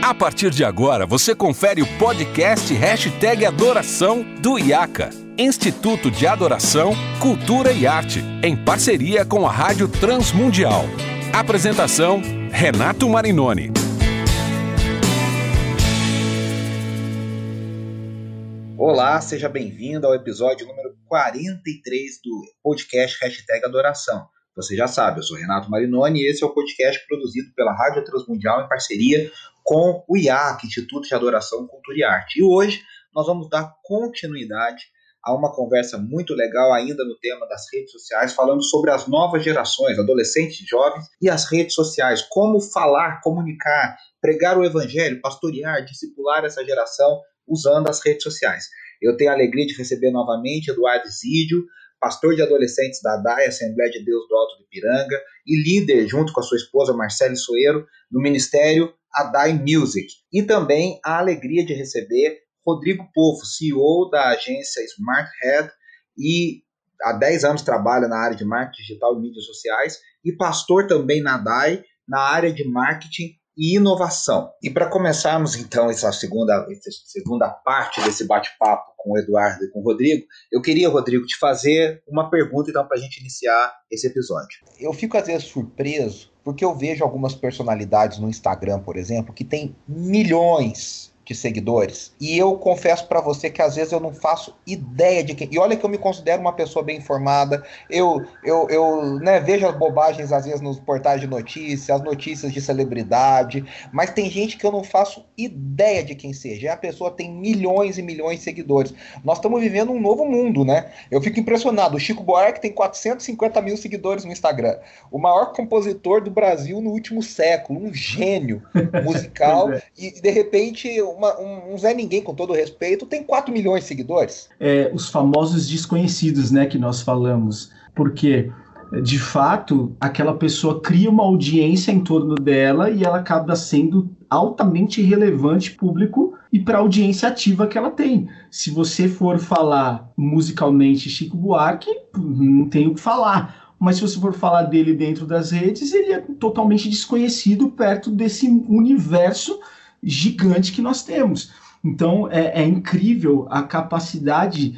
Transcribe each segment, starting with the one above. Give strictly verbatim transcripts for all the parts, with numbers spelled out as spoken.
A partir de agora, você confere o podcast Hashtag Adoração do IACA, Instituto de Adoração, Cultura e Arte, em parceria com a Rádio Transmundial. Apresentação, Renato Marinoni. Olá, seja bem-vindo ao episódio número quarenta e três do podcast Hashtag Adoração. Você já sabe, eu sou Renato Marinoni e esse é o podcast produzido pela Rádio Transmundial em parceria com o IACA, Instituto de Adoração, Cultura e Arte. E hoje nós vamos dar continuidade a uma conversa muito legal ainda no tema das redes sociais, falando sobre as novas gerações, adolescentes e jovens, e as redes sociais, como falar, comunicar, pregar o evangelho, pastorear, discipular essa geração usando as redes sociais. Eu tenho a alegria de receber novamente Eduardo Zídio, pastor de adolescentes da A D A I, Assembleia de Deus do Alto do Ipiranga, e líder, junto com a sua esposa Marcele Soeiro, do Ministério A D A I Music. E também a alegria de receber Rodrigo Povo, C E O da agência Smart Head, e há dez anos trabalha na área de marketing digital e mídias sociais, e pastor também na A D A I, na área de marketing e inovação. E para começarmos então essa segunda, essa segunda parte desse bate-papo com o Eduardo e com o Rodrigo, eu queria, Rodrigo, te fazer uma pergunta então para a gente iniciar esse episódio. Eu fico às vezes surpreso porque eu vejo algumas personalidades no Instagram, por exemplo, que tem milhões de seguidores, e eu confesso para você que às vezes eu não faço ideia de quem, e olha que eu me considero uma pessoa bem informada, eu, eu, eu né, vejo as bobagens às vezes nos portais de notícias, as notícias de celebridade, mas tem gente que eu não faço ideia de quem seja, e a pessoa tem milhões e milhões de seguidores. Nós estamos vivendo um novo mundo, né? Eu fico impressionado, o Chico Buarque tem quatrocentos e cinquenta mil seguidores no Instagram, o maior compositor do Brasil no último século, um gênio musical, é. E de repente Uma, um, um Zé Ninguém, com todo respeito, tem quatro milhões de seguidores. É, os famosos desconhecidos, né, que nós falamos. Porque, de fato, aquela pessoa cria uma audiência em torno dela e ela acaba sendo altamente relevante público e para a audiência ativa que ela tem. Se você for falar musicalmente Chico Buarque, não tem o que falar. Mas se você for falar dele dentro das redes, ele é totalmente desconhecido perto desse universo gigante que nós temos. Então é, é incrível a capacidade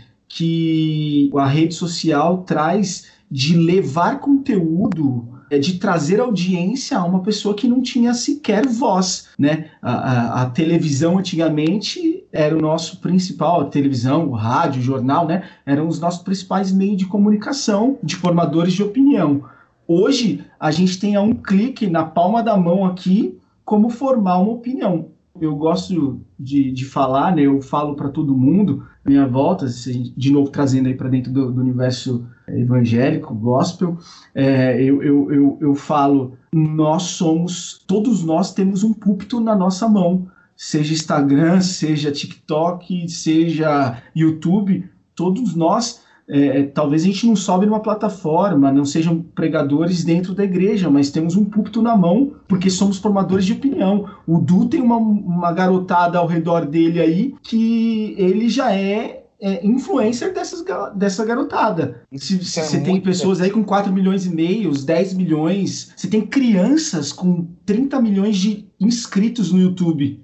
que a rede social traz de levar conteúdo, é, de trazer audiência a uma pessoa que não tinha sequer voz, né? A, a, a televisão antigamente era o nosso principal, a televisão, o rádio, o jornal, né? Eram os nossos principais meios de comunicação, de formadores de opinião. Hoje a gente tem a um clique na palma da mão aqui como formar uma opinião. Eu gosto de, de falar, né? Eu falo para todo mundo, à minha volta, de novo trazendo aí para dentro do, do universo evangélico, gospel, é, eu, eu, eu, eu falo, nós somos, todos nós temos um púlpito na nossa mão, seja Instagram, seja TikTok, seja YouTube, todos nós. É, talvez a gente não sobe numa plataforma, não sejam pregadores dentro da igreja, mas temos um púlpito na mão, porque somos formadores de opinião. O Du tem uma, uma garotada ao redor dele aí, que ele já é, é influencer dessas, dessa garotada. Se, se é você tem pessoas aí com quatro milhões e meio, dez milhões, você tem crianças com trinta milhões de inscritos no YouTube.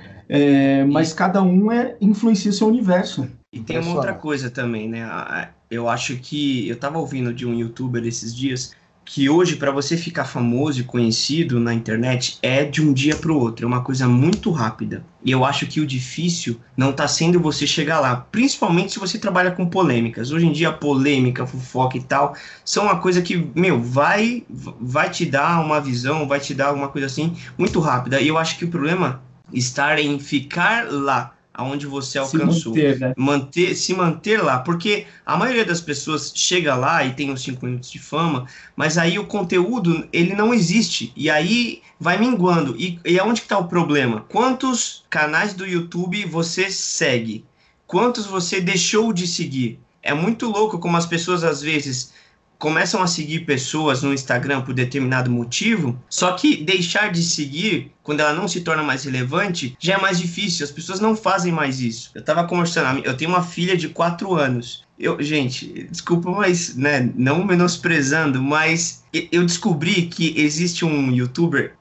É, mas cada um é, influencia o seu universo. E tem uma outra coisa também, né? Eu acho que... Eu tava ouvindo de um youtuber esses dias que hoje, para você ficar famoso e conhecido na internet, é de um dia pro outro. É uma coisa muito rápida. E eu acho que o difícil não tá sendo você chegar lá. Principalmente se você trabalha com polêmicas. Hoje em dia, polêmica, fofoca e tal, são uma coisa que, meu, vai, vai te dar uma visão, vai te dar alguma coisa assim, muito rápida. E eu acho que o problema está em ficar lá, aonde você alcançou, se manter, né? manter, se manter lá, porque a maioria das pessoas chega lá e tem os cinco minutos de fama, mas aí o conteúdo, ele não existe, e aí vai minguando, e, e aonde que tá o problema? Quantos canais do YouTube você segue? Quantos você deixou de seguir? É muito louco como as pessoas às vezes começam a seguir pessoas no Instagram por determinado motivo, só que deixar de seguir, quando ela não se torna mais relevante, já é mais difícil, as pessoas não fazem mais isso. Eu tava conversando, eu tenho uma filha de quatro anos, eu, gente, desculpa, mas, né, não menosprezando, mas eu descobri que existe um youtuber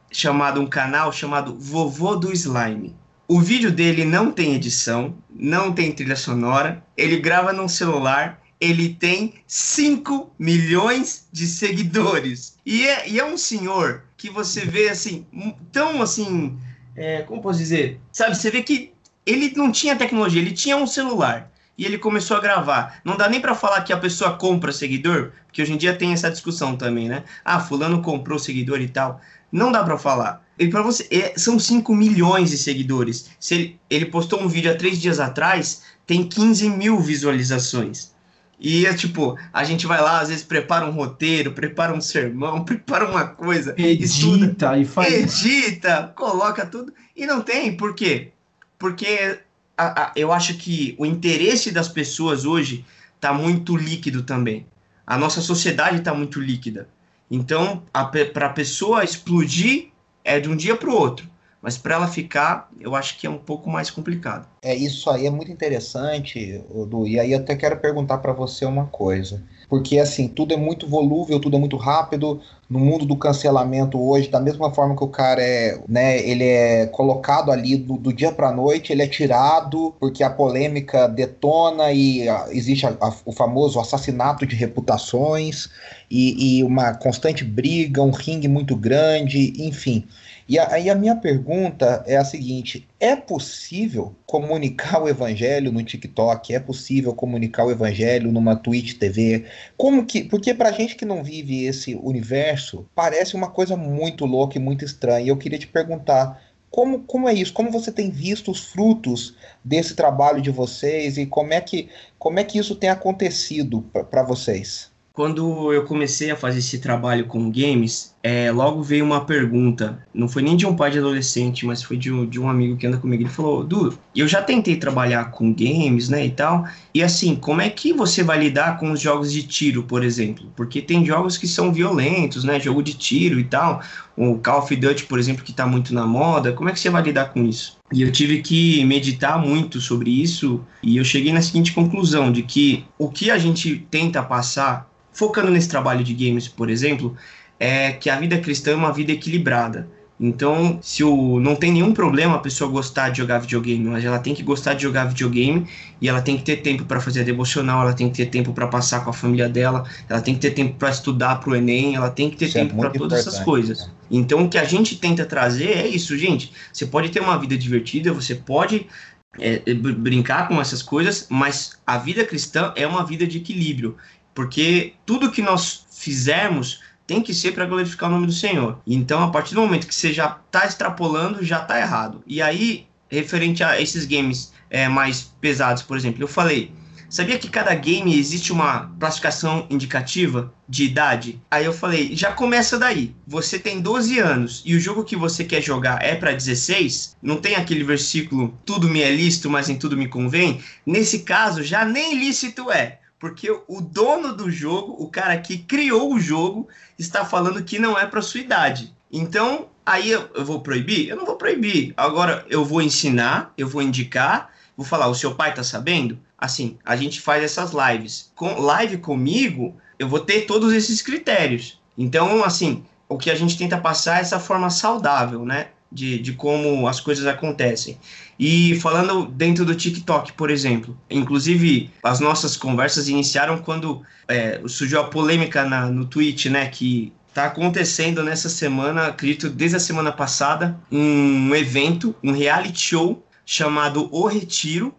chamado um canal chamado Vovô do Slime. O vídeo dele não tem edição, não tem trilha sonora, ele grava num celular, ele tem cinco milhões de seguidores. E é, e é um senhor que você vê assim, tão assim, é, como posso dizer? Sabe, você vê que ele não tinha tecnologia, ele tinha um celular. E ele começou a gravar. Não dá nem para falar que a pessoa compra seguidor, porque hoje em dia tem essa discussão também, né? Ah, fulano comprou seguidor e tal. Não dá para falar. E para você, é, são cinco milhões de seguidores. Se ele, ele postou um vídeo há três dias atrás, tem quinze mil visualizações. E é tipo, a gente vai lá, às vezes prepara um roteiro, prepara um sermão, prepara uma coisa, edita estuda, e faz. Edita, coloca tudo. E não tem, por quê? Porque a, a, eu acho que o interesse das pessoas hoje está muito líquido também. A nossa sociedade está muito líquida. Então, para a pessoa explodir é de um dia para o outro. Mas para ela ficar, eu acho que é um pouco mais complicado. É, isso aí é muito interessante, Edu, e aí eu até quero perguntar para você uma coisa. Porque, assim, tudo é muito volúvel, tudo é muito rápido. No mundo do cancelamento hoje, da mesma forma que o cara é, né, ele é colocado ali do, do dia para a noite, ele é tirado porque a polêmica detona e a, existe a, a, o famoso assassinato de reputações e, e uma constante briga, um ringue muito grande, enfim. E aí a minha pergunta é a seguinte: é possível comunicar o evangelho no TikTok? É possível comunicar o evangelho numa Twitch T V? Como que, porque pra gente que não vive esse universo, parece uma coisa muito louca e muito estranha. E eu queria te perguntar, como, como é isso? Como você tem visto os frutos desse trabalho de vocês e como é que, como é que isso tem acontecido para vocês? Quando eu comecei a fazer esse trabalho com games, é, logo veio uma pergunta, não foi nem de um pai de adolescente, mas foi de um, de um amigo que anda comigo. Ele falou: Du, eu já tentei trabalhar com games, né, e tal, e assim, como é que você vai lidar com os jogos de tiro, por exemplo? Porque tem jogos que são violentos, né, jogo de tiro e tal, o Call of Duty, por exemplo, que tá muito na moda, como é que você vai lidar com isso? E eu tive que meditar muito sobre isso, e eu cheguei na seguinte conclusão, de que o que a gente tenta passar, focando nesse trabalho de games, por exemplo, é que a vida cristã é uma vida equilibrada. Então, se o, não tem nenhum problema a pessoa gostar de jogar videogame, mas ela tem que gostar de jogar videogame e ela tem que ter tempo para fazer a devocional, ela tem que ter tempo para passar com a família dela, ela tem que ter tempo para estudar para o Enem, ela tem que ter Isso tempo é para todas essas coisas. Né? Então, o que a gente tenta trazer é isso, gente. Você pode ter uma vida divertida, você pode é, brincar com essas coisas, mas a vida cristã é uma vida de equilíbrio. Porque tudo que nós fizermos tem que ser para glorificar o nome do Senhor. Então, a partir do momento que você já está extrapolando, já está errado. E aí, referente a esses games é, mais pesados, por exemplo, eu falei, sabia que cada game existe uma classificação indicativa de idade? Aí eu falei, já começa daí. Você tem doze anos e o jogo que você quer jogar é para dezesseis? Não tem aquele versículo, tudo me é lícito, mas em tudo me convém? Nesse caso, já nem lícito é. Porque o dono do jogo, o cara que criou o jogo, está falando que não é para sua idade. Então, aí eu, eu vou proibir? Eu não vou proibir. Agora, eu vou ensinar, eu vou indicar, vou falar, o seu pai tá sabendo? Assim, a gente faz essas lives. Com live comigo, eu vou ter todos esses critérios. Então, assim, o que a gente tenta passar é essa forma saudável, né? De, de como as coisas acontecem. E falando dentro do TikTok, por exemplo, inclusive as nossas conversas iniciaram quando é, surgiu a polêmica na, no Twitch, né, que está acontecendo nessa semana, acredito desde a semana passada, um evento, um reality show chamado O Retiro,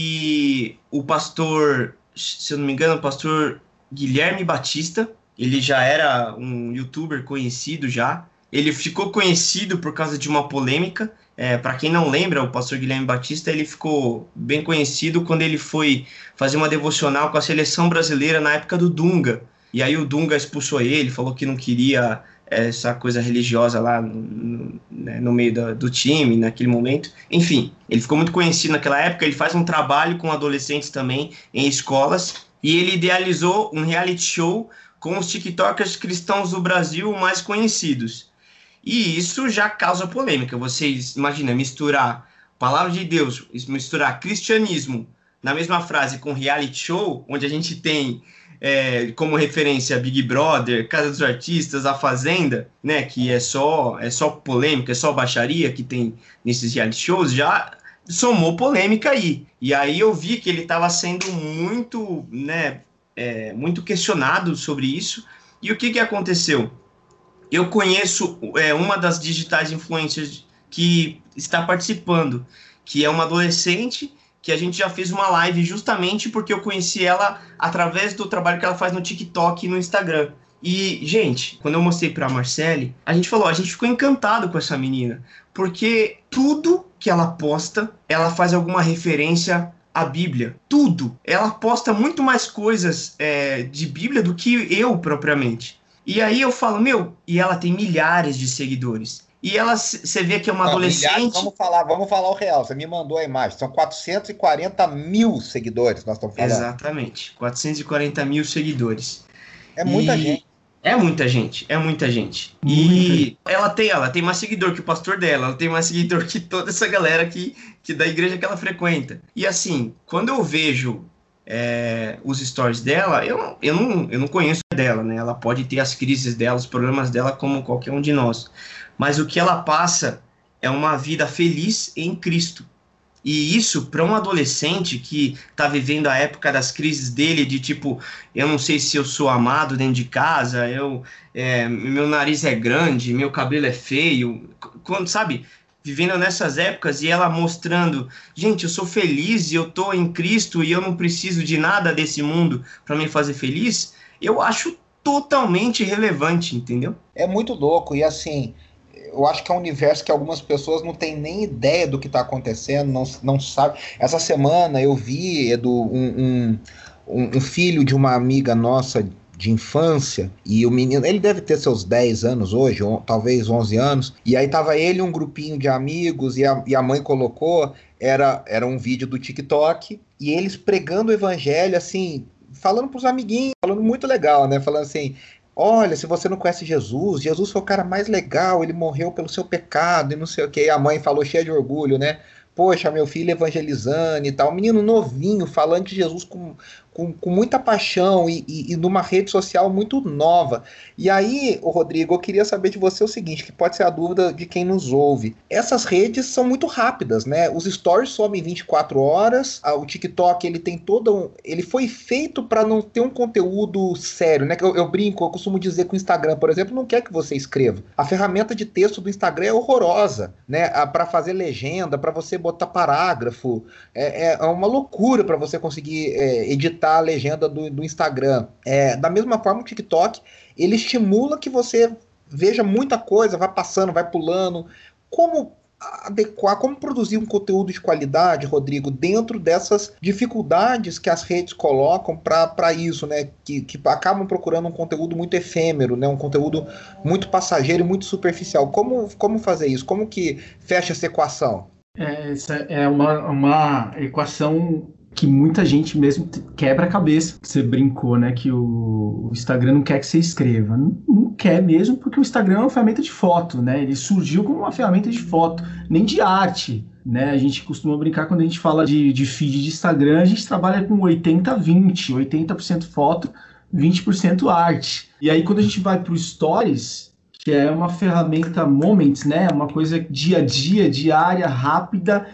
que o pastor, se eu não me engano, o pastor Guilherme Batista, ele já era um youtuber conhecido já. Ele ficou conhecido por causa de uma polêmica. É, para quem não lembra, o pastor Guilherme Batista, ele ficou bem conhecido quando ele foi fazer uma devocional com a seleção brasileira na época do Dunga. E aí o Dunga expulsou ele, falou que não queria essa coisa religiosa lá no, no, né, no meio do, do time, naquele momento. Enfim, ele ficou muito conhecido naquela época. Ele faz um trabalho com adolescentes também em escolas. E ele idealizou um reality show com os tiktokers cristãos do Brasil mais conhecidos. E isso já causa polêmica. Vocês imaginam misturar palavra de Deus, misturar cristianismo, na mesma frase com reality show, onde a gente tem é, como referência Big Brother, Casa dos Artistas, A Fazenda, né, que é só, é só polêmica, é só baixaria que tem nesses reality shows, já somou polêmica aí. E aí eu vi que ele estava sendo muito, né, é, muito questionado sobre isso. E o que, que aconteceu? Eu conheço é, uma das digitais influencers que está participando, que é uma adolescente, que a gente já fez uma live justamente porque eu conheci ela através do trabalho que ela faz no TikTok e no Instagram. E, gente, quando eu mostrei pra Marcele, a gente falou, a gente ficou encantado com essa menina, porque tudo que ela posta, ela faz alguma referência à Bíblia. Tudo. Ela posta muito mais coisas é, de Bíblia do que eu, propriamente. E aí eu falo, meu, e ela tem milhares de seguidores. E ela, você vê que é uma Não, adolescente... Milhares, vamos falar, vamos falar o real. Você me mandou a imagem. São quatrocentos e quarenta mil seguidores, nós estamos falando. Exatamente. quatrocentos e quarenta mil seguidores. É muita e... gente. É muita gente, é muita gente. Muita E gente. ela tem, ela tem mais seguidor que o pastor dela, ela tem mais seguidor que toda essa galera que, que da igreja que ela frequenta. E assim, quando eu vejo é, os stories dela, eu, eu, não, eu não conheço dela, né? Ela pode ter as crises dela, os problemas dela, como qualquer um de nós. Mas o que ela passa é uma vida feliz em Cristo. E isso, para um adolescente que está vivendo a época das crises dele, de tipo, eu não sei se eu sou amado dentro de casa, eu, é, meu nariz é grande, meu cabelo é feio, quando, sabe, vivendo nessas épocas, e ela mostrando, gente, eu sou feliz e eu estou em Cristo e eu não preciso de nada desse mundo para me fazer feliz, eu acho totalmente relevante, entendeu? É muito louco, e assim... Eu acho que é um universo que algumas pessoas não têm nem ideia do que está acontecendo, não, não sabem. Essa semana eu vi, Edu, um, um, um filho de uma amiga nossa de infância, e o menino, ele deve ter seus dez anos hoje, ou talvez onze anos, e aí tava ele e um grupinho de amigos, e a, e a mãe colocou, era, era um vídeo do TikTok, e eles pregando o evangelho, assim, falando pros amiguinhos, falando muito legal, né, falando assim... Olha, se você não conhece Jesus, Jesus foi o cara mais legal, ele morreu pelo seu pecado e não sei o que. A mãe falou cheia de orgulho, né? Poxa, meu filho evangelizando e tal. Um menino novinho falando de Jesus com, com, com muita paixão e, e, e numa rede social muito nova. E aí, ô Rodrigo, eu queria saber de você o seguinte, que pode ser a dúvida de quem nos ouve. Essas redes são muito rápidas, né? Os stories somem vinte e quatro horas, o TikTok, ele tem todo um... Ele foi feito para não ter um conteúdo sério, né? Eu, eu brinco, eu costumo dizer que o Instagram, por exemplo, não quer que você escreva. A ferramenta de texto do Instagram é horrorosa, né? Para fazer legenda, para você botar parágrafo, é, é uma loucura para você conseguir é, editar a legenda do, do Instagram. É, da mesma forma, o TikTok, ele estimula que você veja muita coisa, vai passando, vai pulando. Como adequar, como produzir um conteúdo de qualidade, Rodrigo, dentro dessas dificuldades que as redes colocam para isso, né? Que, que acabam procurando um conteúdo muito efêmero, né? Um conteúdo muito passageiro e muito superficial. Como, como fazer isso? Como que fecha essa equação? É, essa é uma, uma equação que muita gente mesmo quebra a cabeça. Você brincou, né, que o, o Instagram não quer que você escreva. Não, não quer mesmo, porque o Instagram é uma ferramenta de foto, né? Ele surgiu como uma ferramenta de foto, nem de arte, né? A gente costuma brincar quando a gente fala de, de feed de Instagram, a gente trabalha com oitenta a vinte, oitenta por cento foto, vinte por cento arte. E aí quando a gente vai para o Stories, que é uma ferramenta Moments, né? Uma coisa dia a dia, diária, rápida.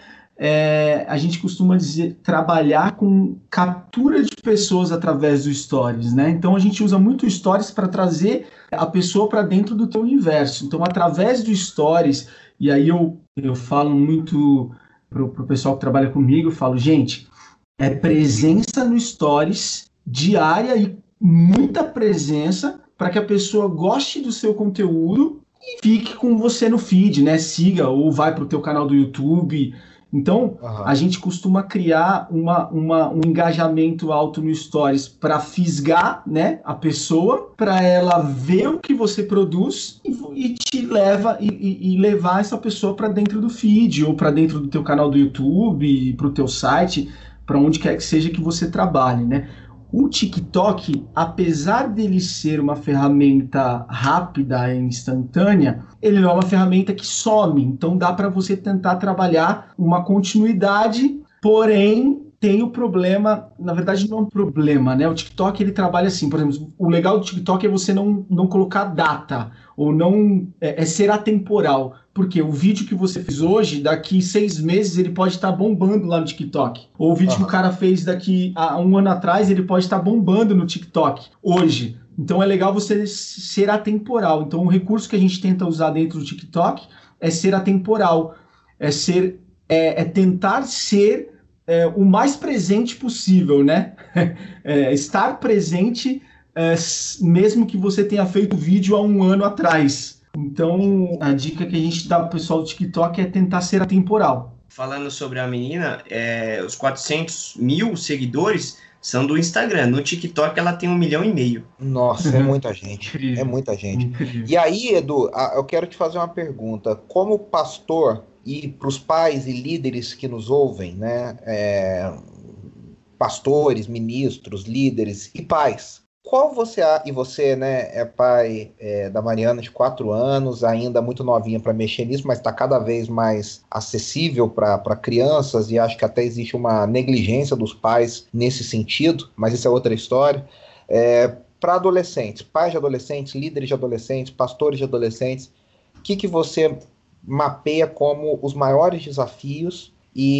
É, a gente costuma dizer, trabalhar com captura de pessoas através do Stories, né? Então a gente usa muito o Stories para trazer a pessoa para dentro do teu universo. Então, através do Stories, e aí eu, eu falo muito pro, pro pessoal que trabalha comigo, eu falo, gente, é presença no Stories diária e muita presença para que a pessoa goste do seu conteúdo e fique com você no feed, né? Siga ou vai para o teu canal do YouTube. Então, uhum. a gente costuma criar uma, uma, um engajamento alto no Stories para fisgar, né, a pessoa, para ela ver o que você produz e, e te leva e, e levar essa pessoa para dentro do feed ou para dentro do teu canal do YouTube, para o teu site, para onde quer que seja que você trabalhe, né? O TikTok, apesar dele ser uma ferramenta rápida e instantânea, ele não é uma ferramenta que some. Então dá para você tentar trabalhar uma continuidade, porém tem o problema, na verdade não é um problema, né? O TikTok, ele trabalha assim, por exemplo, o legal do TikTok é você não, não colocar data, ou não, é, é ser atemporal, porque o vídeo que você fez hoje, daqui seis meses, ele pode estar bombando lá no TikTok, ou o vídeo Aham. que o cara fez daqui a um ano atrás, ele pode estar bombando no TikTok, hoje. Então é legal você ser atemporal. Então o recurso que a gente tenta usar dentro do TikTok é ser atemporal, é, ser, é, é tentar ser É, o mais presente possível, né? É, estar presente, é, mesmo que você tenha feito o vídeo há um ano atrás. Então, a dica que a gente dá para o pessoal do TikTok é tentar ser atemporal. Falando sobre a menina, é, os quatrocentos mil seguidores são do Instagram. No TikTok ela tem um milhão e meio. Nossa, é muita gente. É muita gente. Incrível. E aí, Edu, eu quero te fazer uma pergunta. Como pastor, e para os pais e líderes que nos ouvem, né? É, pastores, ministros, líderes e pais, qual você, e você, né, é pai é, da Mariana de quatro anos, ainda muito novinha para mexer nisso, mas está cada vez mais acessível para crianças, e acho que até existe uma negligência dos pais nesse sentido, mas isso é outra história. É, para adolescentes, pais de adolescentes, líderes de adolescentes, pastores de adolescentes, o que, que você mapeia como os maiores desafios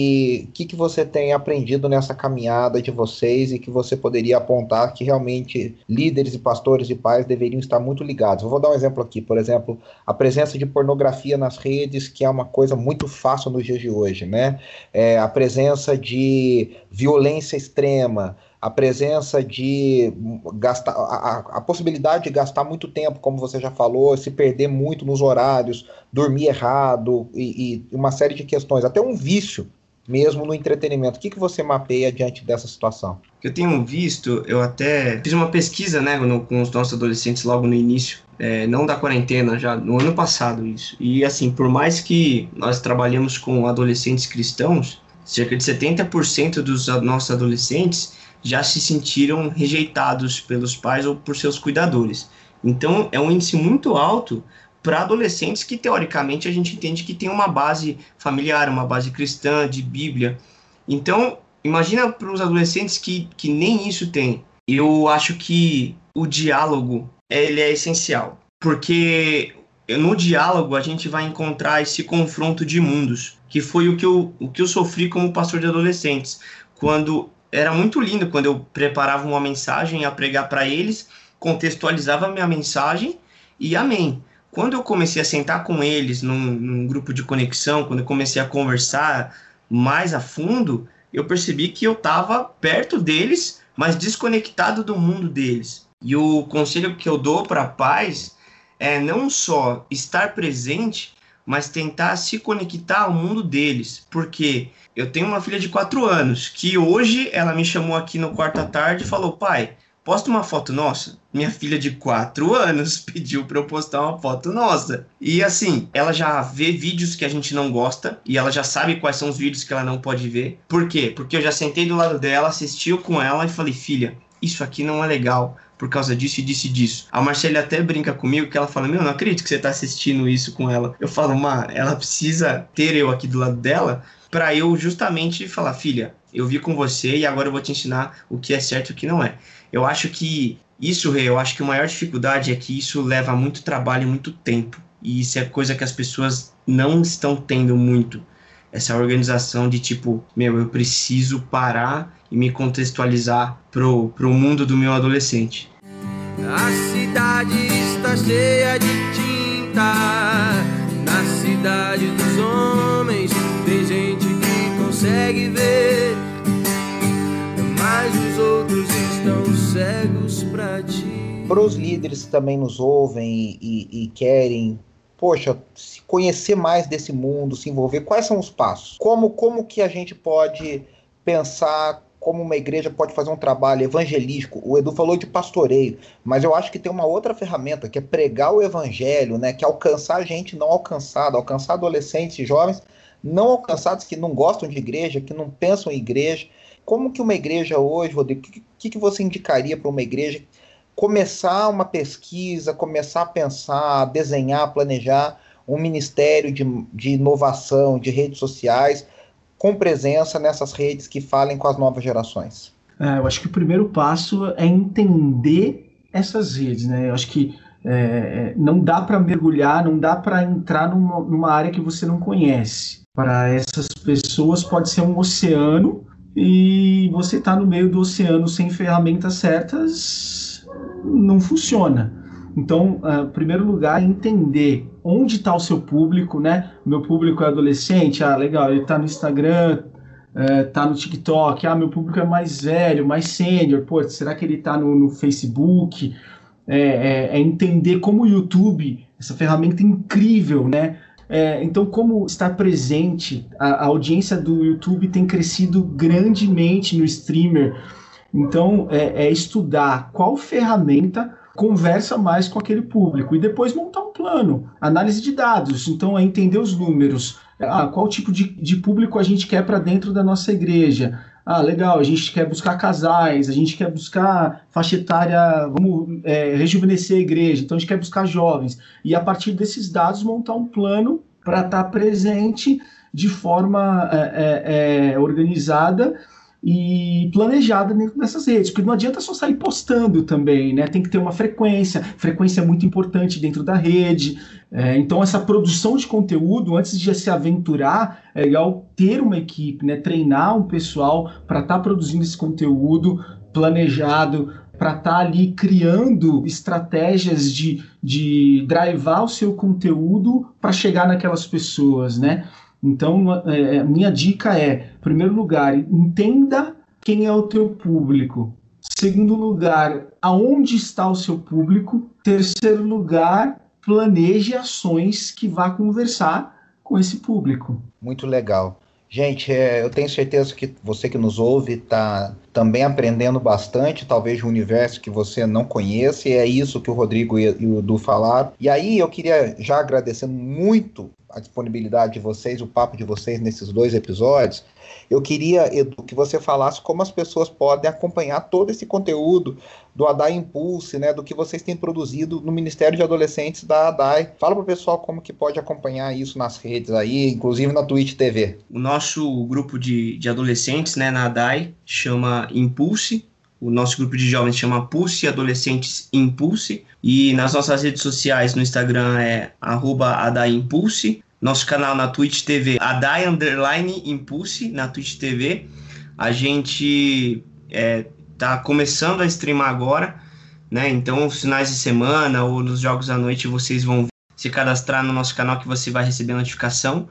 e o que, que você tem aprendido nessa caminhada de vocês e que você poderia apontar que realmente líderes e pastores e pais deveriam estar muito ligados? Eu vou dar um exemplo aqui, por exemplo, a presença de pornografia nas redes, que é uma coisa muito fácil nos dias de hoje, né? É, a presença de violência extrema, a presença de gastar, a, a possibilidade de gastar muito tempo, como você já falou, se perder muito nos horários, dormir errado e, e uma série de questões, até um vício mesmo no entretenimento. O que, que você mapeia diante dessa situação? Eu tenho visto, eu até fiz uma pesquisa, né, no, com os nossos adolescentes logo no início, é, não da quarentena, já no ano passado isso. E assim, por mais que nós trabalhamos com adolescentes cristãos, cerca de setenta por cento dos nossos adolescentes já se sentiram rejeitados pelos pais ou por seus cuidadores. Então, é um índice muito alto para adolescentes que, teoricamente, a gente entende que tem uma base familiar, uma base cristã, de Bíblia. Então, imagina para os adolescentes que, que nem isso tem. Eu acho que o diálogo, ele é essencial, porque no diálogo a gente vai encontrar esse confronto de mundos, que foi o que eu, o que eu sofri como pastor de adolescentes, quando era muito lindo quando eu preparava uma mensagem a pregar para eles, contextualizava a minha mensagem e amém. Quando eu comecei a sentar com eles num, num grupo de conexão, quando eu comecei a conversar mais a fundo, eu percebi que eu estava perto deles, mas desconectado do mundo deles. E o conselho que eu dou para pais é não só estar presente, mas tentar se conectar ao mundo deles, porque eu tenho uma filha de quatro anos, que hoje ela me chamou aqui no quarto à tarde e falou: pai, posta uma foto nossa? Minha filha de quatro anos pediu para eu postar uma foto nossa. E assim, ela já vê vídeos que a gente não gosta, e ela já sabe quais são os vídeos que ela não pode ver. Por quê? Porque eu já sentei do lado dela, assisti com ela e falei: filha, isso aqui não é legal, por causa disso e disso e disso. A Marcele até brinca comigo, que ela fala: meu, não acredito que você tá assistindo isso com ela. Eu falo: Má, ela precisa ter eu aqui do lado dela, para eu justamente falar: filha, eu vi com você e agora eu vou te ensinar o que é certo e o que não é. Eu acho que isso, Rê, eu acho que a maior dificuldade é que isso leva muito trabalho e muito tempo. E isso é coisa que as pessoas não estão tendo muito. Essa organização de tipo, meu, eu preciso parar e me contextualizar pro, pro mundo do meu adolescente. A cidade está cheia de tinta, na cidade dos homens tem gente que consegue ver, mas os outros estão cegos pra ti. Para os líderes que também nos ouvem e, e, e querem, poxa, se conhecer mais desse mundo, se envolver, quais são os passos? Como, como que a gente pode pensar, como uma igreja pode fazer um trabalho evangelístico? O Edu falou de pastoreio, mas eu acho que tem uma outra ferramenta, que é pregar o evangelho, né? Que é alcançar gente não alcançada, alcançar adolescentes e jovens não alcançados, que não gostam de igreja, que não pensam em igreja. Como que uma igreja hoje, Rodrigo, o que, que você indicaria para uma igreja começar uma pesquisa, começar a pensar, a desenhar, planejar um ministério de, de inovação, de redes sociais, com presença nessas redes que falem com as novas gerações? É, eu acho que o primeiro passo é entender essas redes, né? Eu acho que é, não dá para mergulhar, não dá para entrar numa, numa área que você não conhece. Para essas pessoas pode ser um oceano e você está no meio do oceano sem ferramentas certas, não funciona. Então, em uh, primeiro lugar, entender onde está o seu público, né? Meu público é adolescente, ah, legal, ele está no Instagram, está uh, no TikTok, ah, meu público é mais velho, mais sênior, pô, será que ele está no, no Facebook? É, é, é entender como o YouTube, essa ferramenta incrível, né? É, então, como estar presente, a, a audiência do YouTube tem crescido grandemente no streamer. Então, é, é estudar qual ferramenta conversa mais com aquele público e depois montar um plano, análise de dados. Então, é entender os números. Ah, qual tipo de, de público a gente quer para dentro da nossa igreja? Ah, legal, a gente quer buscar casais, a gente quer buscar faixa etária, vamos é, rejuvenescer a igreja, então a gente quer buscar jovens. E a partir desses dados montar um plano para estar presente de forma é, é, organizada e planejada dentro dessas redes, porque não adianta só sair postando também, né? Tem que ter uma frequência, frequência é muito importante dentro da rede, é, então essa produção de conteúdo, antes de se aventurar, é legal ter uma equipe, né? Treinar um pessoal para estar tá produzindo esse conteúdo planejado, para estar tá ali criando estratégias de, de drivar o seu conteúdo para chegar naquelas pessoas, né? Então, é, minha dica é, em primeiro lugar, entenda quem é o teu público. Segundo lugar, aonde está o seu público. Terceiro lugar, planeje ações que vá conversar com esse público. Muito legal. Gente, é, eu tenho certeza que você que nos ouve está também aprendendo bastante, talvez de um universo que você não conhece, e é isso que o Rodrigo e, e o Du falaram. E aí eu queria já agradecendo muito a disponibilidade de vocês, o papo de vocês nesses dois episódios. Eu queria, Edu, que você falasse como as pessoas podem acompanhar todo esse conteúdo do A D A I Impulse, né, do que vocês têm produzido no Ministério de Adolescentes da A D A I. Fala para o pessoal como que pode acompanhar isso nas redes aí, inclusive na Twitch T V. O nosso grupo de, de adolescentes, né, na A D A I chama Impulse. O nosso grupo de jovens chama Pulse Adolescentes Impulse. E nas nossas redes sociais, no Instagram é arroba A D A I Impulse. Nosso canal na Twitch T V, A D A I Underline Impulse, na Twitch T V. A gente é, tá começando a streamar agora, né? Então, os finais de semana ou nos jogos à noite, vocês vão se cadastrar no nosso canal que você vai receber notificação.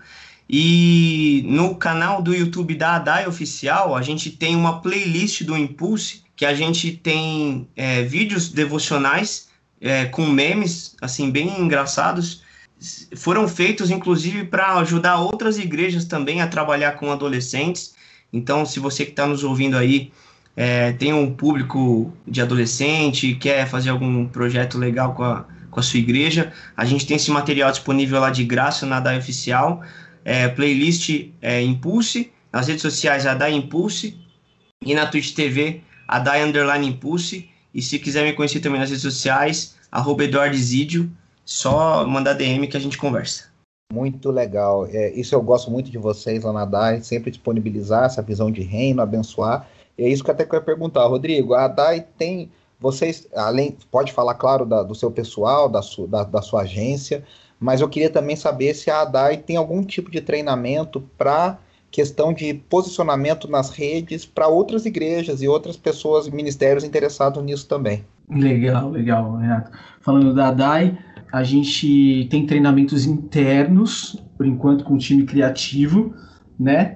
E no canal do YouTube da A D A I Oficial, a gente tem uma playlist do Impulse, que a gente tem é, vídeos devocionais é, com memes, assim, bem engraçados. Foram feitos, inclusive, para ajudar outras igrejas também a trabalhar com adolescentes. Então, se você que está nos ouvindo aí é, tem um público de adolescente, quer fazer algum projeto legal com a, com a sua igreja, a gente tem esse material disponível lá de graça na A D A I Oficial. É, playlist é, Impulse, nas redes sociais A D A I Impulse e na Twitch T V A D A I Underline Impulse. E se quiser me conhecer também nas redes sociais, arroba Eduardo Isidio, só mandar D M que a gente conversa. Muito legal, é, isso eu gosto muito de vocês lá na A D A I, sempre disponibilizar essa visão de reino, abençoar. É isso que eu até queria perguntar, Rodrigo, a A D A I tem, vocês, além, pode falar, claro, da, do seu pessoal, da, su, da, da sua agência, mas eu queria também saber se a A D A I tem algum tipo de treinamento para questão de posicionamento nas redes para outras igrejas e outras pessoas, ministérios interessados nisso também. Legal, legal, Renato. Falando da A D A I, a gente tem treinamentos internos, por enquanto com o time criativo, né?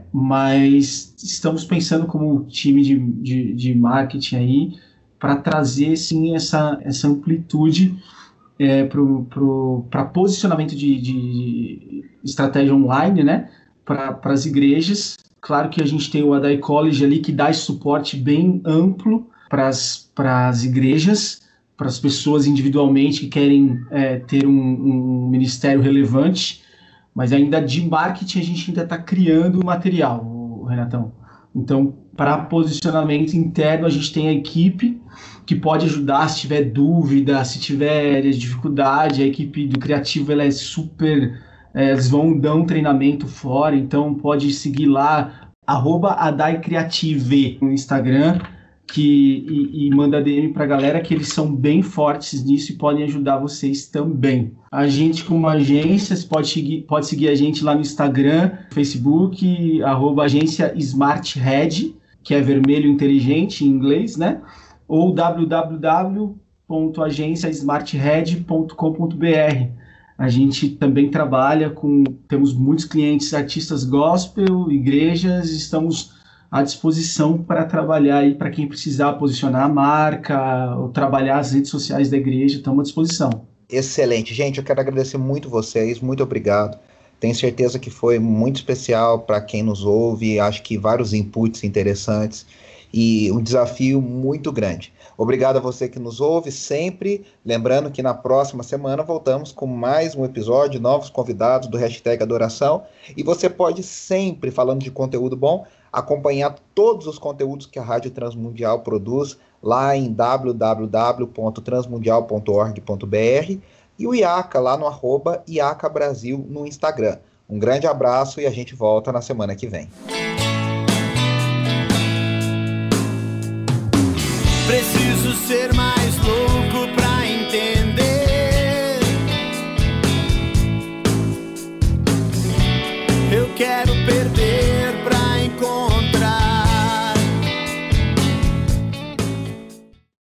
Mas estamos pensando como time de, de, de marketing aí para trazer, sim, essa, essa amplitude É, para posicionamento de, de estratégia online, né, para as igrejas. Claro que a gente tem o A D A I College ali que dá esse suporte bem amplo para as igrejas, para as pessoas individualmente que querem é, ter um, um ministério relevante, mas ainda de marketing a gente ainda está criando material, Renatão. Então, para posicionamento interno, a gente tem a equipe que pode ajudar se tiver dúvida, se tiver dificuldade. A equipe do criativo ela é super... É, eles vão dar um treinamento fora, então pode seguir lá arroba Adai Creative no Instagram, que, e, e manda D M pra galera que eles são bem fortes nisso e podem ajudar vocês também. A gente, como agência, você pode seguir, pode seguir a gente lá no Instagram, Facebook, arroba agência SmartHead, que é vermelho inteligente em inglês, né? Ou w w w ponto agência smarthead ponto com ponto b r. A gente também trabalha com, temos muitos clientes, artistas gospel, igrejas, estamos à disposição para trabalhar aí, para quem precisar posicionar a marca ou trabalhar as redes sociais da igreja, estamos à disposição. Excelente. Gente, eu quero agradecer muito vocês, muito obrigado. Tenho certeza que foi muito especial para quem nos ouve, acho que vários inputs interessantes e um desafio muito grande. Obrigado a você que nos ouve sempre, lembrando que na próxima semana voltamos com mais um episódio, novos convidados do Hashtag Adoração, e você pode sempre, falando de conteúdo bom, acompanhar todos os conteúdos que a Rádio Transmundial produz lá em w w w ponto transmundial ponto org ponto b r e o IACA lá no arroba IACA Brasil no Instagram. Um grande abraço e a gente volta na semana que vem. Preciso ser mais